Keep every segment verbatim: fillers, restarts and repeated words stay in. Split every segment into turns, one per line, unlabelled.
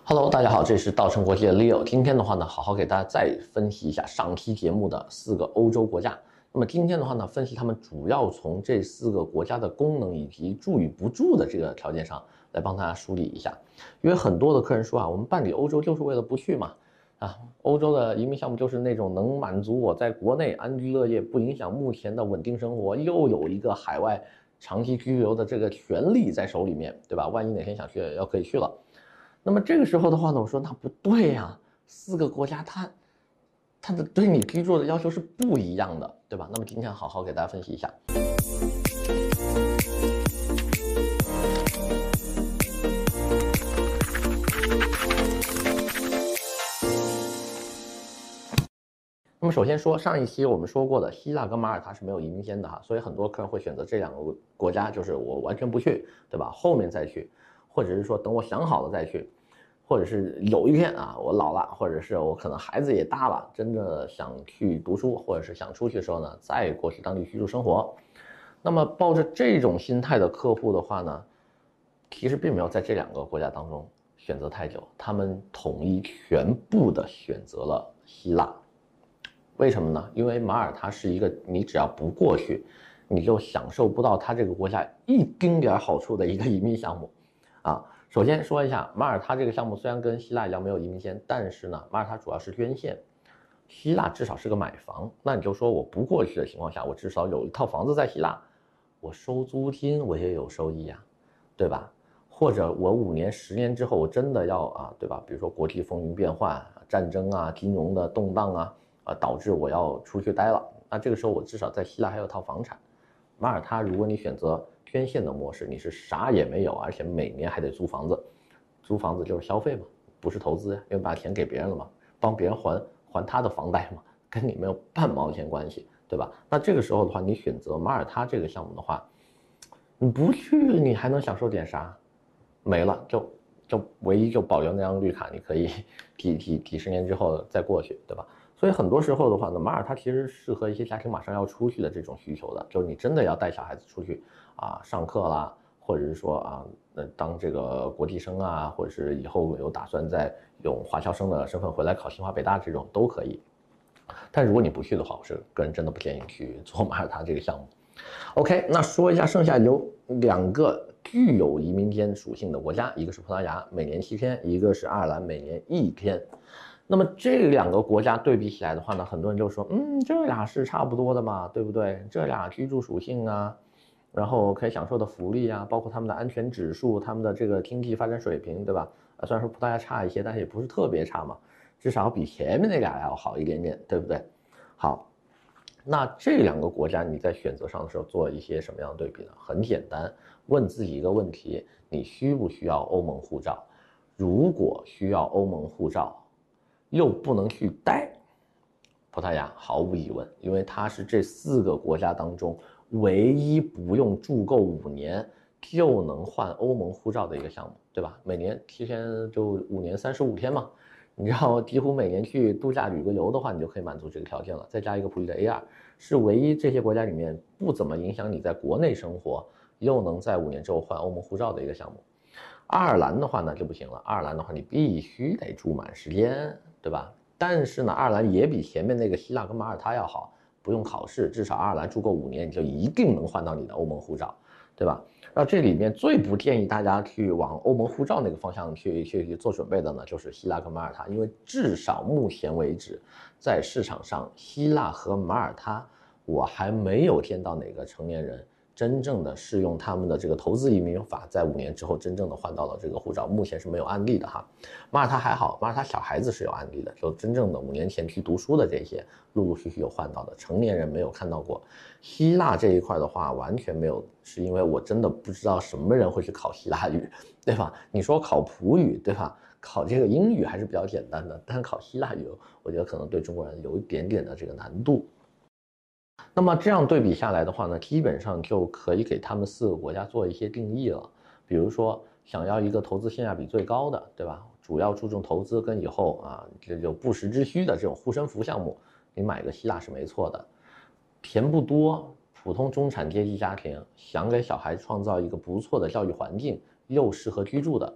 Hello，大家好，这是稻城国际的 Leo。今天的话呢，好好给大家再分析一下上期节目的四个欧洲国家。那么今天的话呢，分析他们主要从这四个国家的功能以及住与不住的这个条件上来帮大家梳理一下。因为很多的客人说啊，我们办理欧洲就是为了不去嘛，啊，欧洲的移民项目就是那种能满足我在国内安居乐业，不影响目前的稳定生活，又有一个海外长期居留的这个权利在手里面，对吧？万一哪天想去，要可以去了。那么这个时候的话呢，我说那不对呀、啊，四个国家它它的对你居住的要求是不一样的，对吧？那么今天好好给大家分析一下。那么首先说上一期我们说过的，希腊跟马耳他是没有移民签的哈，所以很多客人会选择这两个国家，就是我完全不去，对吧？后面再去，或者是说等我想好了再去。或者是有一天啊，我老了，或者是我可能孩子也大了，真的想去读书，或者是想出去的时候呢，再过去当地居住生活。那么抱着这种心态的客户的话呢，其实并没有在这两个国家当中选择太久，他们统一全部的选择了希腊。为什么呢？因为马耳他是一个你只要不过去，你就享受不到他这个国家一丁点好处的一个移民项目啊。首先说一下，马耳他这个项目虽然跟希腊一样没有移民签，但是呢，马耳他主要是捐献，希腊至少是个买房。那你就说我不过去的情况下，我至少有一套房子在希腊，我收租金我也有收益呀，对吧？或者我五年、十年之后我真的要啊，对吧？比如说国际风云变幻、战争啊、金融的动荡啊，啊导致我要出去待了，那这个时候我至少在希腊还有套房产。马耳他如果你选择捐献的模式，你是啥也没有，而且每年还得租房子，租房子就是消费嘛，不是投资呀，因为把钱给别人了嘛，帮别人还还他的房贷嘛，跟你没有半毛钱关系，对吧？那这个时候的话，你选择马耳他这个项目的话，你不去你还能享受点啥？没了，就就唯一就保留那张绿卡，你可以几几几十年之后再过去，对吧？所以很多时候的话呢，马耳他其实适合一些家庭马上要出去的这种需求的，就是你真的要带小孩子出去啊上课啦，或者是说啊，呃当这个国际生啊，或者是以后有打算再用华侨生的身份回来考清华北大这种都可以。但如果你不去的话，我是个人真的不建议去做马耳他这个项目。OK， 那说一下剩下有两个具有移民签属性的国家，一个是葡萄牙，每年七天；一个是爱尔兰，每年一天。那么这两个国家对比起来的话呢，很多人就说，嗯，这俩是差不多的嘛，对不对？这俩居住属性啊，然后可以享受的福利啊，包括他们的安全指数，他们的这个经济发展水平，对吧？啊，虽然说葡萄牙差一些，但是也不是特别差嘛，至少比前面那俩要好一点点，对不对？好，那这两个国家你在选择上的时候做一些什么样的对比呢？很简单，问自己一个问题：你需不需要欧盟护照？如果需要欧盟护照，又不能去待，葡萄牙毫无疑问，因为它是这四个国家当中唯一不用住够五年就能换欧盟护照的一个项目，对吧？每年七天就五年三十五天嘛，你知道几乎每年去度假旅个游的话，你就可以满足这个条件了，再加一个普利的 A 二，是唯一这些国家里面不怎么影响你在国内生活，又能在五年之后换欧盟护照的一个项目。爱尔兰的话呢就不行了，爱尔兰的话你必须得住满时间，对吧？但是呢，爱尔兰也比前面那个希腊跟马耳他要好，不用考试，至少爱尔兰住够五年，你就一定能换到你的欧盟护照，对吧？那这里面最不建议大家去往欧盟护照那个方向去去去做准备的呢，就是希腊跟马耳他，因为至少目前为止，在市场上，希腊和马耳他，我还没有见到哪个成年人真正的适用他们的这个投资移民法，在五年之后真正的换到了这个护照，目前是没有案例的哈。马耳他还好，马耳他小孩子是有案例的，就真正的五年前去读书的这些，陆陆续续有换到的，成年人没有看到过。希腊这一块的话，完全没有，是因为我真的不知道什么人会去考希腊语，对吧？你说考普语，对吧？考这个英语还是比较简单的，但考希腊语，我觉得可能对中国人有一点点的这个难度。那么这样对比下来的话呢，基本上就可以给他们四个国家做一些定义了。比如说，想要一个投资性价比最高的，对吧？主要注重投资跟以后啊这就不时之需的这种护身符项目，你买个希腊是没错的。钱不多，普通中产阶级家庭想给小孩创造一个不错的教育环境，又适合居住的，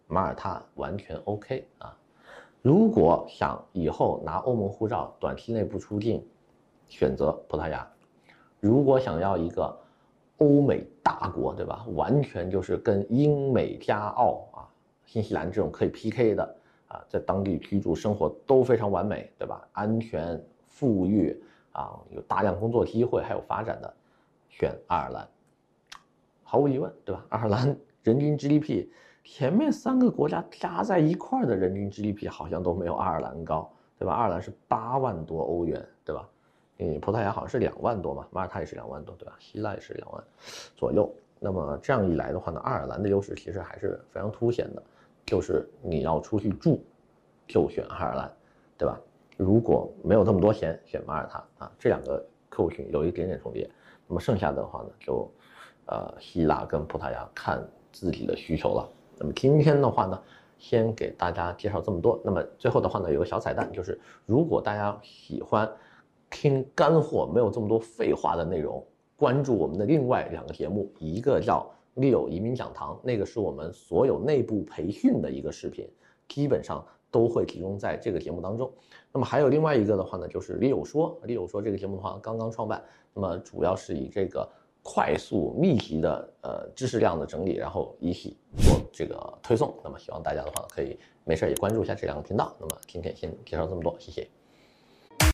马耳他完全 OK 啊。如果想以后拿欧盟护照短期内不出境，选择葡萄牙。如果想要一个欧美大国，对吧？完全就是跟英美加澳啊、新西兰这种可以 P K 的啊，在当地居住生活都非常完美，对吧？安全、富裕啊，有大量工作机会，还有发展的，选爱尔兰。毫无疑问，对吧？爱尔兰人均 G D P， 前面三个国家加在一块的人均 G D P 好像都没有爱尔兰高，对吧？爱尔兰是八万多欧元，对吧？嗯，葡萄牙好像是两万多嘛，马耳他也是两万多，对吧？希腊也是两万左右。那么这样一来的话呢，爱尔兰的优势其实还是非常凸显的，就是你要出去住，就选爱尔兰，对吧？如果没有这么多钱，选马耳他啊，这两个客户群有一点点重叠。那么剩下的话呢，就呃希腊跟葡萄牙看自己的需求了。那么今天的话呢，先给大家介绍这么多。那么最后的话呢，有个小彩蛋，就是如果大家喜欢听干货，没有这么多废话的内容，关注我们的另外两个节目，一个叫Leo移民讲堂，那个是我们所有内部培训的一个视频，基本上都会集中在这个节目当中。那么还有另外一个的话呢，就是 Leo 说 ，Leo 说这个节目的话刚刚创办，那么主要是以这个快速密集的呃知识量的整理，然后一起做这个推送。那么希望大家的话可以没事也关注一下这两个频道。那么今天先介绍这么多，谢谢。